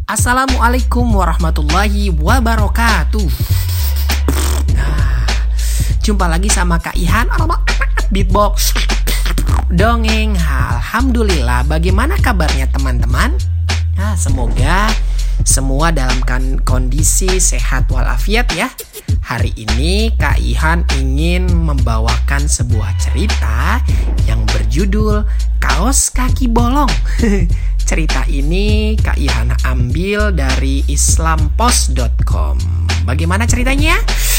Assalamualaikum warahmatullahi wabarakatuh. Jumpa lagi sama Kak Ihan, beatbox dongeng. Alhamdulillah, bagaimana kabarnya teman-teman? Semoga semua dalam kondisi sehat walafiat ya. Hari ini Kak Ihan ingin membawakan sebuah cerita yang berjudul Kaos Kaki Bolong. Cerita ini Kak Ihan ambil dari islampost.com. Bagaimana ceritanya?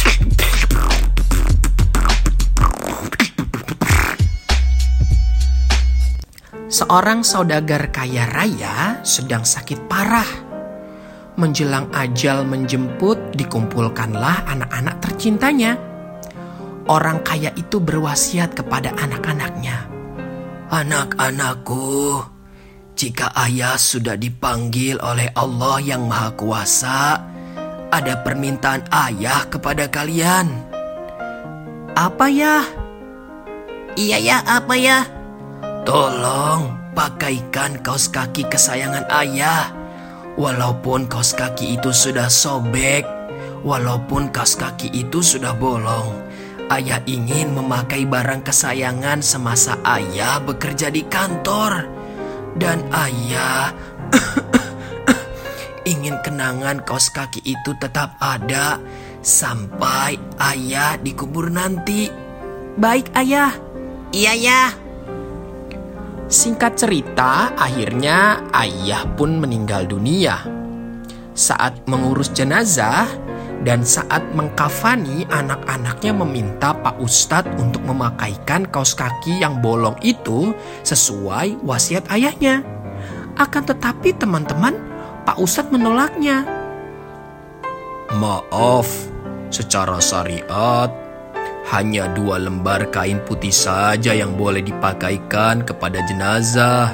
Seorang saudagar kaya raya sedang sakit parah. Menjelang ajal menjemput, dikumpulkanlah anak-anak tercintanya. Orang kaya itu berwasiat kepada anak-anaknya. "Anak-anakku, jika ayah sudah dipanggil oleh Allah yang Maha Kuasa, ada permintaan ayah kepada kalian." "Apa ya?" "Iya ya, apa ya?" "Tolong pakaikan kaos kaki kesayangan ayah. Walaupun kaos kaki itu sudah sobek, walaupun kaos kaki itu sudah bolong, ayah ingin memakai barang kesayangan semasa ayah bekerja di kantor. Dan ayah ingin kenangan kaos kaki itu tetap ada sampai ayah dikubur nanti." "Baik ayah." "Iya ya." Singkat cerita, akhirnya ayah pun meninggal dunia. Saat mengurus jenazah dan saat mengkafani, anak-anaknya meminta Pak Ustadz untuk memakaikan kaos kaki yang bolong itu sesuai wasiat ayahnya. Akan tetapi teman-teman, Pak Ustadz menolaknya. "Maaf, secara syariat hanya 2 lembar kain putih saja yang boleh dipakaikan kepada jenazah."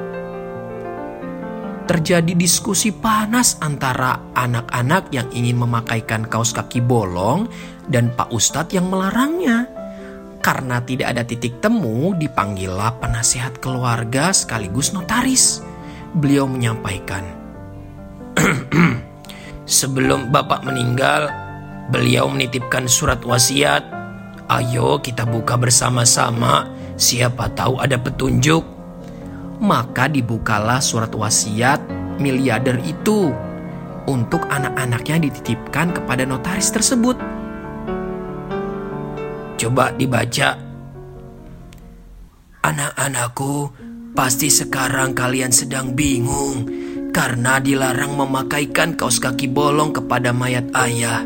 Terjadi diskusi panas antara anak-anak yang ingin memakaikan kaos kaki bolong dan Pak Ustadz yang melarangnya. Karena tidak ada titik temu, dipanggillah penasihat keluarga sekaligus notaris. Beliau menyampaikan, "Sebelum Bapak meninggal, beliau menitipkan surat wasiat. Ayo kita buka bersama-sama, siapa tahu ada petunjuk." Maka dibukalah surat wasiat miliarder itu. Untuk anak-anaknya dititipkan kepada notaris tersebut. Coba dibaca. "Anak-anakku, pasti sekarang kalian sedang bingung karena dilarang memakaikan kaos kaki bolong kepada mayat ayah.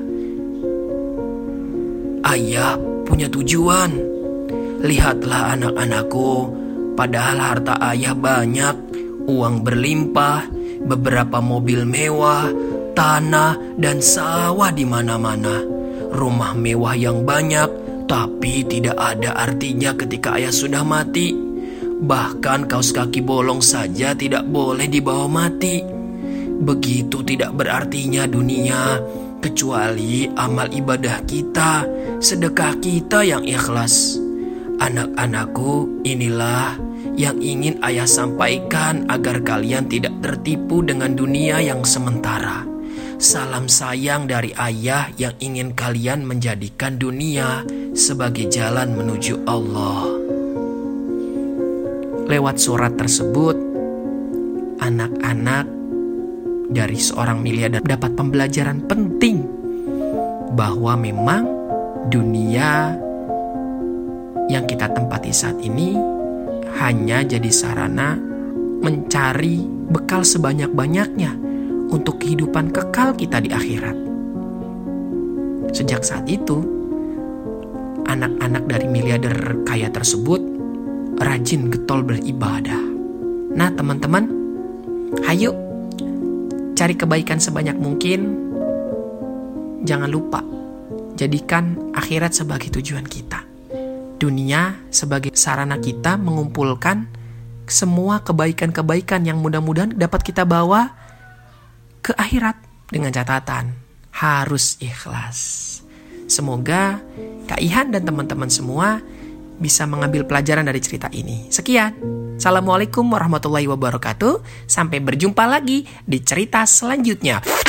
Ayah punya tujuan. Lihatlah anak-anakku, padahal harta ayah banyak, uang berlimpah, beberapa mobil mewah, tanah dan sawah di mana-mana, rumah mewah yang banyak, tapi tidak ada artinya ketika ayah sudah mati. Bahkan kaos kaki bolong saja tidak boleh dibawa mati. Begitu tidak berartinya dunia, kecuali amal ibadah kita, sedekah kita yang ikhlas. Anak-anakku, inilah yang ingin ayah sampaikan agar kalian tidak tertipu dengan dunia yang sementara. Salam sayang dari ayah yang ingin kalian menjadikan dunia sebagai jalan menuju Allah." Lewat surat tersebut, anak-anak dari seorang miliarder dapat pembelajaran penting bahwa memang dunia yang kita tempati saat ini hanya jadi sarana mencari bekal sebanyak-banyaknya untuk kehidupan kekal kita di akhirat. Sejak saat itu, anak-anak dari miliarder kaya tersebut rajin getol beribadah. Nah teman-teman, hayo cari kebaikan sebanyak mungkin. Jangan lupa, jadikan akhirat sebagai tujuan kita. Dunia sebagai sarana kita mengumpulkan semua kebaikan-kebaikan yang mudah-mudahan dapat kita bawa ke akhirat. Dengan catatan, harus ikhlas. Semoga Kak Ihan dan teman-teman semua bisa mengambil pelajaran dari cerita ini. Sekian. Assalamualaikum warahmatullahi wabarakatuh. Sampai berjumpa lagi di cerita selanjutnya.